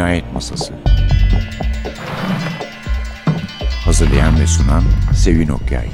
Cinayet Masası. Hazırlayan ve sunan Sevin Okyay.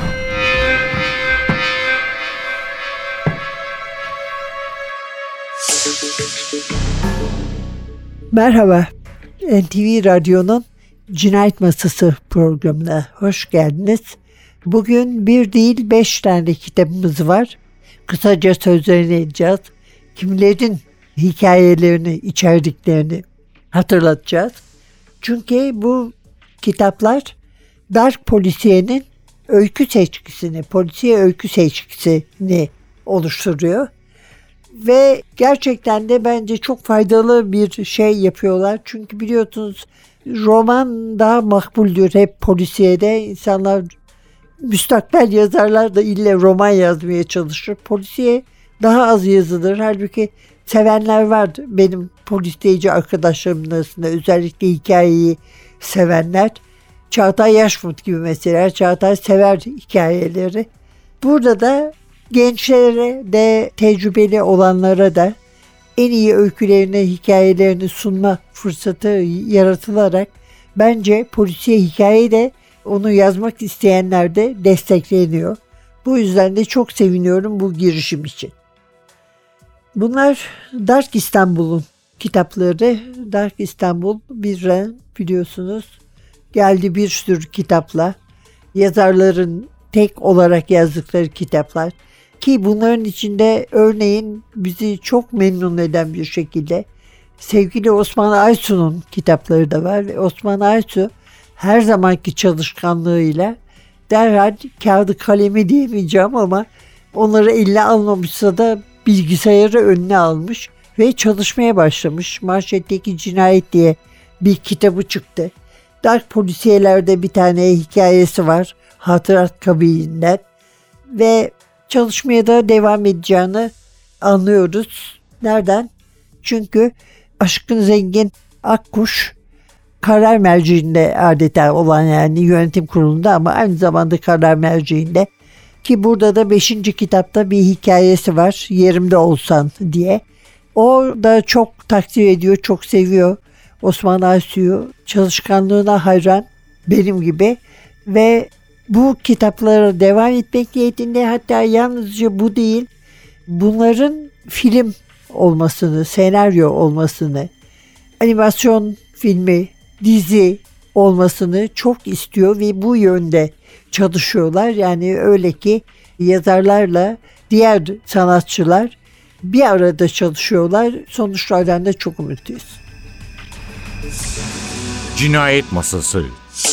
Merhaba, NTV Radyo'nun Cinayet Masası programına hoş geldiniz. Bugün bir değil 5 tane kitabımız var. Kısaca sözlerini edeceğiz. Kimlerin hikayelerini, içerdiklerini hatırlatacağız. Çünkü bu kitaplar Dark Polisiye'nin öykü seçkisini, polisiye öykü seçkisini oluşturuyor. Ve gerçekten de bence çok faydalı bir şey yapıyorlar. Çünkü biliyorsunuz roman daha makbuldür hep polisiyede. İnsanlar, müstakbel yazarlar da ille roman yazmaya çalışır. Polisiye daha az yazılır. Halbuki sevenler var benim polisiyeci arkadaşlarımın arasında. Özellikle hikayeyi sevenler. Çağatay Yaşmut gibi mesela. Çağatay sever hikayeleri. Burada da gençlere de tecrübeli olanlara da en iyi öykülerini, hikayelerini sunma fırsatı yaratılarak bence polisiye hikaye de onu yazmak isteyenler de destekleniyor. Bu yüzden de çok seviniyorum bu girişim için. Bunlar Dark İstanbul'un kitapları. Dark İstanbul biliyorsunuz geldi bir sürü kitapla. Yazarların tek olarak yazdıkları kitaplar. Ki bunların içinde örneğin bizi çok memnun eden bir şekilde sevgili Osman Aysu'nun kitapları da var. Ve Osman Aysu her zamanki çalışkanlığıyla derhal kağıdı kalemi diyemeyeceğim ama onları eline almamışsa da bilgisayarı önüne almış ve çalışmaya başlamış. Manşetteki Cinayet diye bir kitabı çıktı. Dark Polisiyeler'de bir tane hikayesi var. Hatırat Kabini'nden ve çalışmaya da devam edeceğini anlıyoruz. Nereden? Çünkü Aşkın Zengin Akkuş karar merciinde adeta olan, yani yönetim kurulunda ama aynı zamanda karar merciinde, ki burada da 5. kitapta bir hikayesi var, Yerimde Olsan diye. O da çok takdir ediyor, çok seviyor Osman Aysu'yu, çalışkanlığına hayran benim gibi ve bu kitaplara devam etmek niyetinde, hatta yalnızca bu değil, bunların film olmasını, senaryo olmasını, animasyon filmi, dizi olmasını çok istiyor ve bu yönde çalışıyorlar. Yani öyle ki yazarlarla diğer sanatçılar bir arada çalışıyorlar. Sonuçlardan da çok umutluyuz. Cinayet Masası.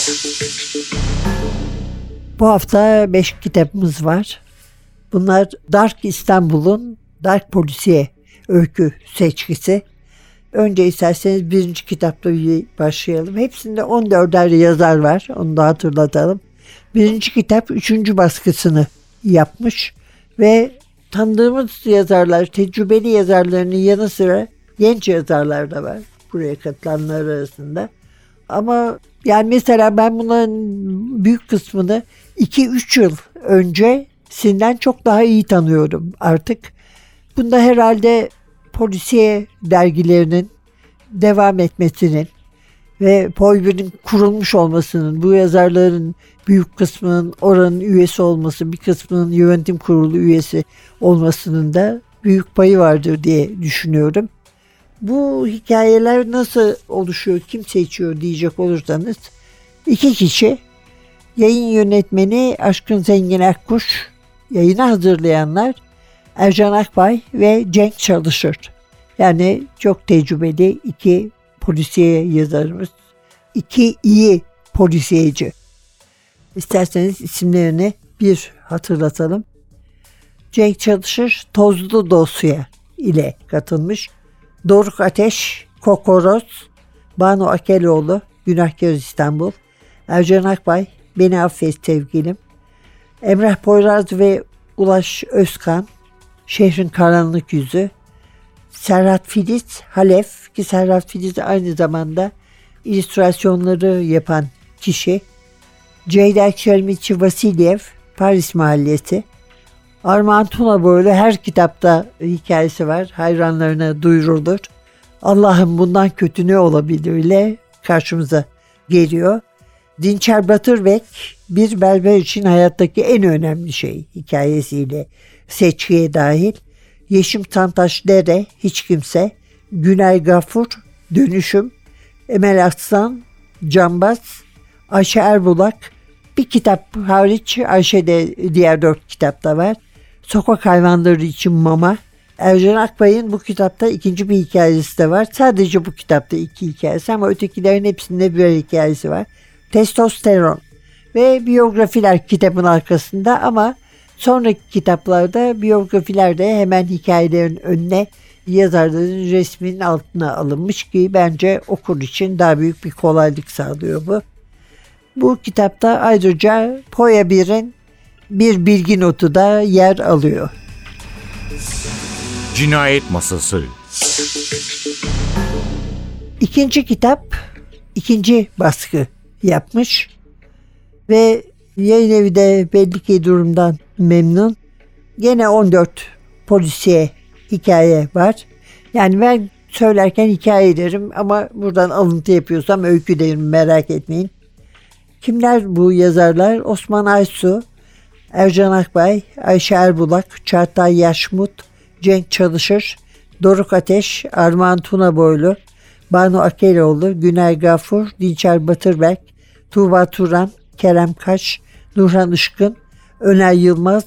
Bu hafta 5 kitabımız var. Bunlar Dark İstanbul'un Dark Polisiye öykü seçkisi. Önce isterseniz 1. kitapla başlayalım. Hepsinde 14'er yazar var. Onu da hatırlatalım. 1. kitap 3. baskısını yapmış ve tanıdığımız yazarlar, tecrübeli yazarlarının yanı sıra genç yazarlar da var buraya katılanlar arasında. Ama yani mesela ben bunların büyük kısmını 2-3 yıl öncesinden çok daha iyi tanıyorum artık. Bunda herhalde polisiye dergilerinin devam etmesinin ve POY1'in kurulmuş olmasının, bu yazarların büyük kısmının oranın üyesi olması, bir kısmının yönetim kurulu üyesi olmasının da büyük payı vardır diye düşünüyorum. Bu hikayeler nasıl oluşuyor, kim seçiyor diyecek olursanız 2 kişi, yayın yönetmeni Aşkın Zengin Akkuş, yayını hazırlayanlar Ercan Akbay ve Cenk Çalışır. Yani çok tecrübeli 2 polisiye yazarımız, 2 iyi polisiyeci. İsterseniz isimlerini bir hatırlatalım. Cenk Çalışır Tozlu Dosya ile katılmış. Doruk Ateş, Kokoroz, Banu Akeloğlu, Günahkar İstanbul, Ercan Akbay, Beni Affet Sevgilim, Emrah Poyraz ve Ulaş Özkan, Şehrin Karanlık Yüzü, Serhat Filiz, Halef, ki Serhat Filiz aynı zamanda illüstrasyonları yapan kişi, Ceyda Çelmiçi Vasilyev, Paris Mahallesi, Armağan Tunaboğlu her kitapta hikayesi var, hayranlarına duyurulur. Allah'ım bundan kötü ne olabilir ile karşımıza geliyor. Dinçer Batırbek bir berber için hayattaki en önemli şey hikayesiyle seçkiye dahil. Yeşim Tantaş Dere, Hiç Kimse, Günay Gafur, Dönüşüm, Emel Aslan, Cambaz, Ayşe Erbulak, bir kitap hariç Ayşe'de diğer 4 kitapta var. Sokak Hayvanları için Mama. Ercan Akbay'ın bu kitapta ikinci bir hikayesi de var. Sadece bu kitapta 2 hikayesi ama ötekilerin hepsinde bir hikayesi var. Testosteron ve biyografiler kitabın arkasında ama sonraki kitaplarda biyografiler de hemen hikayelerin önüne yazarların resminin altına alınmış ki bence okur için daha büyük bir kolaylık sağlıyor bu. Bu kitapta ayrıca Poya 1'in bir bilgi notu da yer alıyor. Cinayet Masası. İkinci kitap ikinci baskı yapmış ve yayın evi de belli ki durumdan memnun. Gene 14 polisiye hikaye var. Yani ben söylerken hikaye derim ama buradan alıntı yapıyorsam öykü derim, merak etmeyin. Kimler bu yazarlar? Osman Aysu, Ercan Akbay, Ayşe Erbulak, Çağatay Yaşmut, Cenk Çalışır, Doruk Ateş, Armağan Tunaboylu, Banu Akeloğlu, Günay Gafur, Dinçer Batırberk, Tuğba Turan, Kerem Kaş, Nurhan Işkın, Öner Yılmaz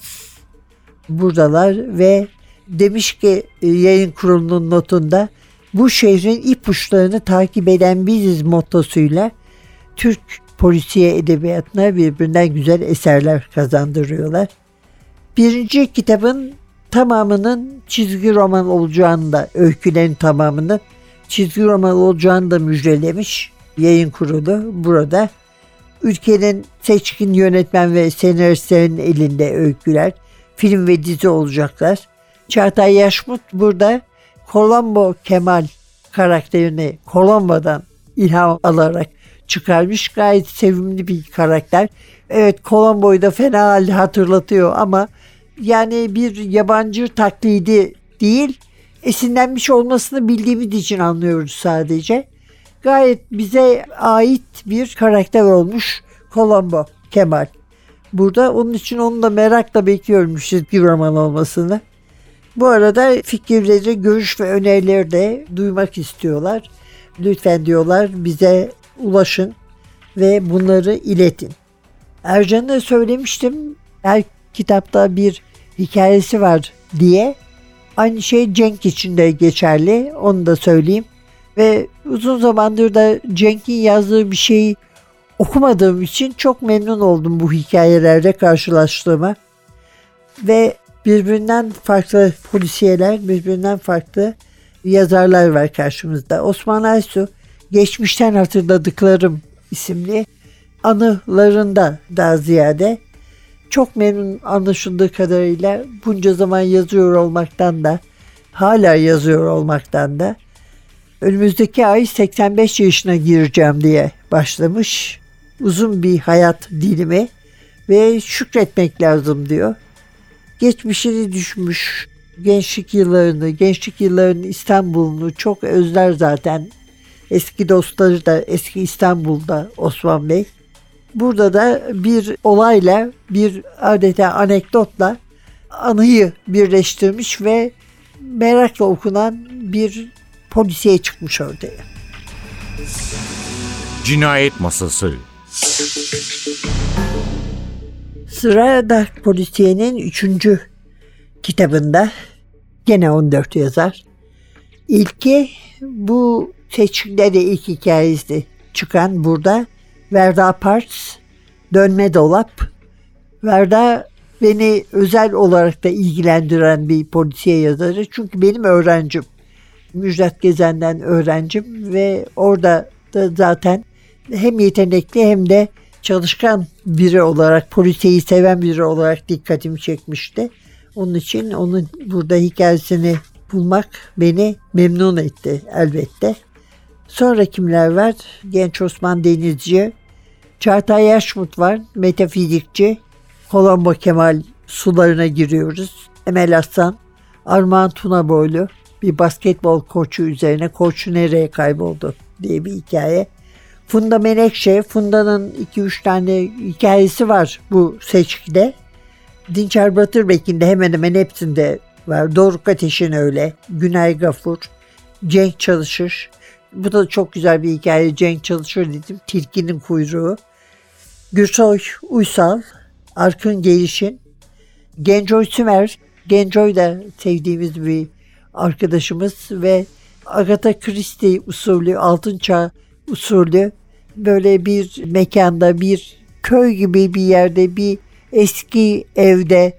buradalar ve demiş ki yayın kurulunun notunda bu şehrin ipuçlarını takip eden biziz mottosuyla Türk polisiye edebiyatına birbirinden güzel eserler kazandırıyorlar. Birinci kitabın tamamının çizgi roman olacağını da, öykülerin tamamının çizgi roman olacağını da müjdelemiş yayın kurulu burada. Ülkenin seçkin yönetmen ve senaristlerin elinde öyküler, film ve dizi olacaklar. Çağatay Yaşmut burada Colombo Kemal karakterini Colombo'dan ilham alarak çıkarmış. Gayet sevimli bir karakter. Evet, Colombo'yu da fena halde hatırlatıyor ama yani bir yabancı taklidi değil, esinlenmiş olmasını bildiğimiz için anlıyoruz sadece. Gayet bize ait bir karakter olmuş Colombo Kemal. Burada onun için onu da merakla bekliyorum çizgi roman olmasını. Bu arada fikirleri, görüş ve önerileri de duymak istiyorlar. Lütfen diyorlar bize ulaşın ve bunları iletin. Ercan'a söylemiştim her kitapta bir hikayesi var diye. Aynı şey Cenk için de geçerli, onu da söyleyeyim. Ve uzun zamandır da Cenk'in yazdığı bir şeyi okumadığım için çok memnun oldum bu hikayelerle karşılaştığıma. Ve birbirinden farklı polisiyeler, birbirinden farklı yazarlar var karşımızda. Osman Aysu, Geçmişten Hatırladıklarım isimli anılarında daha ziyade çok memnun anlaşıldığı kadarıyla bunca zaman yazıyor olmaktan da, hala yazıyor olmaktan da önümüzdeki ay 85 yaşına gireceğim diye başlamış. Uzun bir hayat dilimi ve şükretmek lazım diyor. Geçmişini düşmüş, gençlik yıllarını İstanbul'unu çok özler zaten. Eski dostları da eski İstanbul'da Osman Bey. Burada da bir olayla, bir adeta anekdotla anıyı birleştirmiş ve merakla okunan bir polisiye çıkmış ortaya. Cinayet Masası. Sırada polisiyenin 3. kitabında gene 14 yazar. İlki bu seçkide de ilk hikayesi çıkan burada Verda Pars, Dönme Dolap. Verda beni özel olarak da ilgilendiren bir polisiye yazarı. Çünkü benim öğrencim. Müjdat Gezen'den öğrencim ve orada da zaten hem yetenekli hem de çalışkan biri olarak, polisiyeyi seven biri olarak dikkatimi çekmişti. Onun için onun burada hikayesini bulmak beni memnun etti elbette. Sonra kimler var? Genç Osman Denizci, Çağatay Yaşmut var, metafizikçi. Colombo Kemal sularına giriyoruz. Emel Aslan, Armağan Tunaboylu, Bir basketbol koçu üzerine, koç nereye kayboldu diye bir hikaye. Funda Menekşe, Funda'nın 2-3 tane hikayesi var bu seçkide. Dinçer Batırbek'in de hemen hemen hepsinde var. Doruk Ateş'in öyle, Günay Gafur, Cenk Çalışır. Bu da çok güzel bir hikaye. Cenk Çalışır dedim. Tilkinin Kuyruğu. Gürsoy Uysal, Arkın Geliş'in, Gencoy Sümer. Gencoy da sevdiğimiz bir arkadaşımız ve Agatha Christie usulü, Altın Çağ usulü böyle bir mekanda, bir köy gibi bir yerde, bir eski evde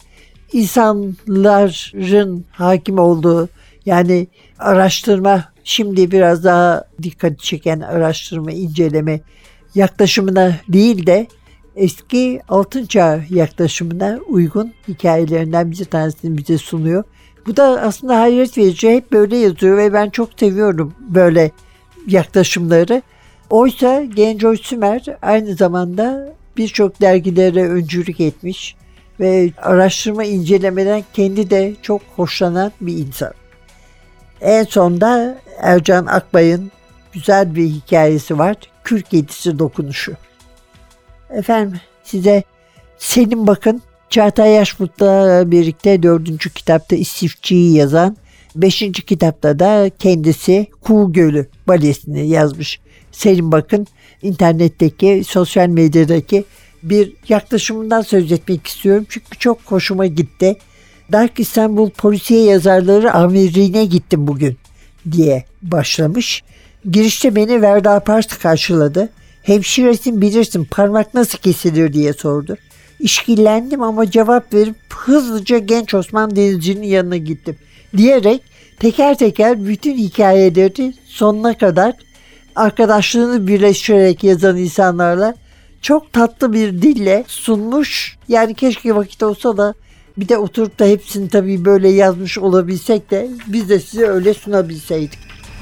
insanların hakim olduğu, yani araştırma, şimdi biraz daha dikkat çeken araştırma, inceleme yaklaşımına değil de eski Altın Çağ yaklaşımına uygun hikayelerinden bir tanesini bize sunuyor. Bu da aslında hayret verici. Hep böyle yazıyor ve ben çok seviyorum böyle yaklaşımları. Oysa Gencoy Sümer aynı zamanda birçok dergilere öncülük etmiş ve araştırma, incelemeden kendi de çok hoşlanan bir insan. En sonda Ercan Akbay'ın güzel bir hikayesi var. Kül Kedisi Dokunuşu. Efendim size Selim Bakın, Çağatay Yaşmut'la birlikte 4. kitapta İstifçi'yi yazan, 5. kitapta da kendisi Kuğu Gölü Balesi'ni yazmış. Selim Bakın, internetteki, sosyal medyadaki bir yaklaşımından söz etmek istiyorum. Çünkü çok hoşuma gitti. Dark İstanbul Polisiye Yazarları Amirliğine gittim bugün diye başlamış. Girişte beni Verda Pars karşıladı. Hemşiresin, bilirsin, parmak nasıl kesilir diye sordu. İşkillendim ama cevap verip hızlıca genç Osman Denizci'nin yanına gittim diyerek teker teker bütün hikayeleri sonuna kadar arkadaşlığını birleştirerek yazan insanlarla çok tatlı bir dille sunmuş. Yani keşke vakit olsa da bir de oturup da hepsini tabii böyle yazmış olabilsek de biz de size öyle sunabilseydik.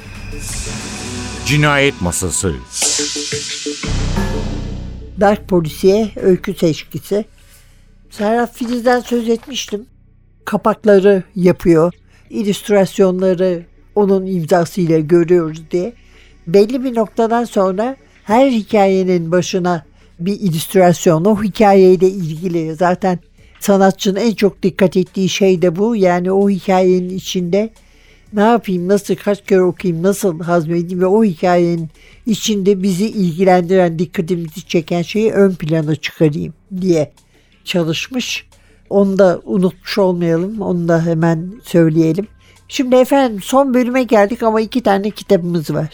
Cinayet Masası. Dark Polisiye öykü seçkisi. Serhat Filiz'den söz etmiştim. Kapakları yapıyor. İllüstrasyonları onun imzasıyla görüyoruz diye. Belli bir noktadan sonra her hikayenin başına bir illüstrasyon, o hikayeyle ilgili. Zaten sanatçının en çok dikkat ettiği şey de bu. Yani o hikayenin içinde ne yapayım, nasıl, kaç kere okuyayım, nasıl hazmedeyim ve o hikayenin içinde bizi ilgilendiren, dikkatimizi çeken şeyi ön plana çıkarayım diye çalışmış. Onu da unutmuş olmayalım, onu da hemen söyleyelim. Şimdi efendim son bölüme geldik ama 2 tane kitabımız var.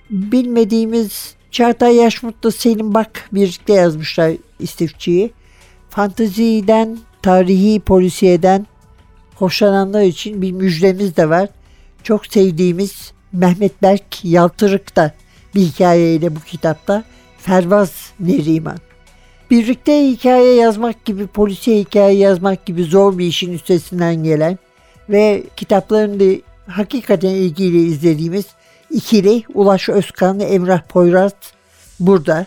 Bilmediğimiz Çağatay Yaşmut'la Selim Bak birlikte yazmışlar İstifçi'yi. Fanteziden, tarihi polisiyeden hoşlananlar için bir müjdemiz de var. Çok sevdiğimiz Mehmet Berk Yaltırık da bir hikayeyle bu kitapta. Fervaz Neriman. Birlikte hikaye yazmak gibi, polisiye hikaye yazmak gibi zor bir işin üstesinden gelen ve kitaplarını da hakikaten ilgiyle izlediğimiz ikili Ulaş Özkan ve Emrah Poyraz burada.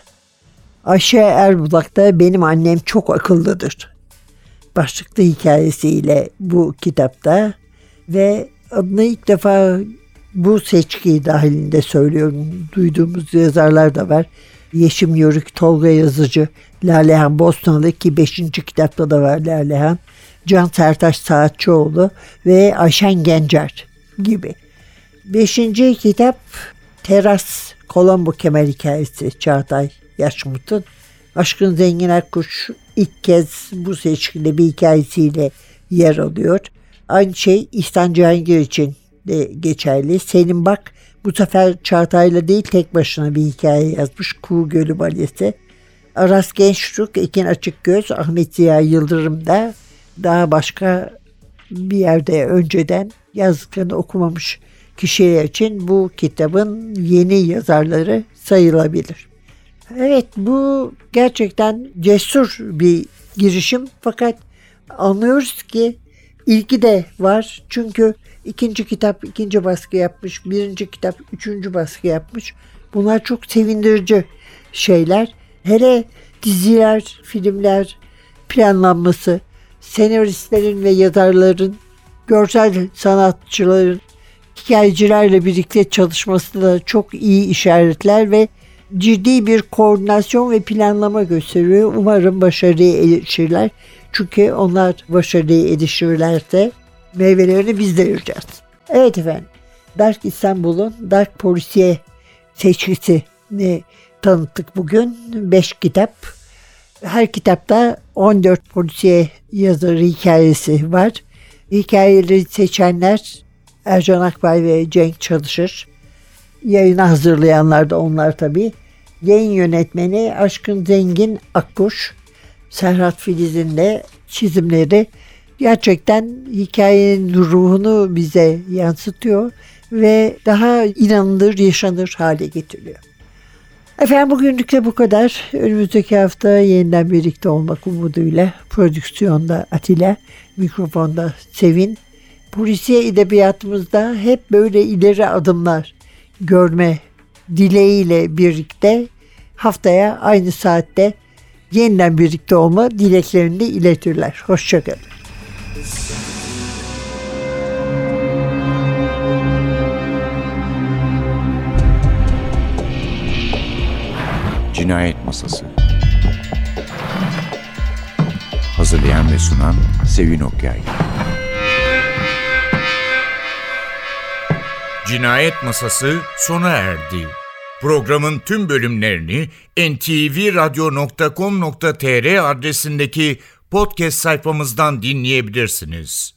Ayşe Erbulak da Benim Annem Çok Akıllıdır başlıklı hikayesiyle bu kitapta ve adını ilk defa bu seçki dahilinde söylüyorum. Duyduğumuz yazarlar da var. Yeşim Yörük, Tolga Yazıcı, Lalehan Bosnalı ki 5. kitapta da var Lalehan, Can Sertaç Saatçıoğlu ve Ayşen Gencer gibi. 5. kitap Teras Colombo Kemer Hikayesi Çağatay Yaşmut'un. Aşkın Zengin Akkuş ilk kez bu seçkide bir hikayesiyle yer alıyor. Aynı şey İhsan Cihangir için de geçerli. Selim Bak bu sefer Çağatay'la değil tek başına bir hikaye yazmış. Kuğu Gölü Balesi. Aras Gençtürk, Ekin Açıkgöz, Ahmet Ziya Yıldırım da daha başka bir yerde önceden yazdıklarını okumamış kişiler için bu kitabın yeni yazarları sayılabilir. Evet, bu gerçekten cesur bir girişim fakat anlıyoruz ki ilgi de var. Çünkü 2. kitap 2. baskı yapmış, 1. kitap 3. baskı yapmış. Bunlar çok sevindirici şeyler. Hele diziler, filmler planlanması, senaristlerin ve yazarların, görsel sanatçıların hikayecilerle birlikte çalışması da çok iyi işaretler ve ciddi bir koordinasyon ve planlama gösteriyor. Umarım başarıya erişirler. Çünkü onlar başarıya erişirlerse meyvelerini biz de yiyeceğiz. Evet efendim. Dark İstanbul'un Dark Polisiye seçkisini tanıttık bugün. 5 kitap. Her kitapta 14 polisiye yazarı hikayesi var. Hikayeleri seçenler Ercan Akbay ve Cenk Çalışır. Yayını hazırlayanlar da onlar tabii. Yayın yönetmeni Aşkın Zengin Akkuş. Serhat Filiz'in de çizimleri gerçekten hikayenin ruhunu bize yansıtıyor ve daha inanılır, yaşanır hale getiriyor. Efendim bugünlük de bu kadar. Önümüzdeki hafta yeniden birlikte olmak umuduyla prodüksiyonda Atilla, mikrofonda Sevin. Polisiye edebiyatımızda hep böyle ileri adımlar görme dileğiyle birlikte haftaya aynı saatte yeniden birlikte olma dileklerini de iletirler. Hoşçakalın. Cinayet Masası. Hazırlayan ve sunan Sevin Okyay. Cinayet Masası sona erdi. Programın tüm bölümlerini ntvradio.com.tr adresindeki podcast sayfamızdan dinleyebilirsiniz.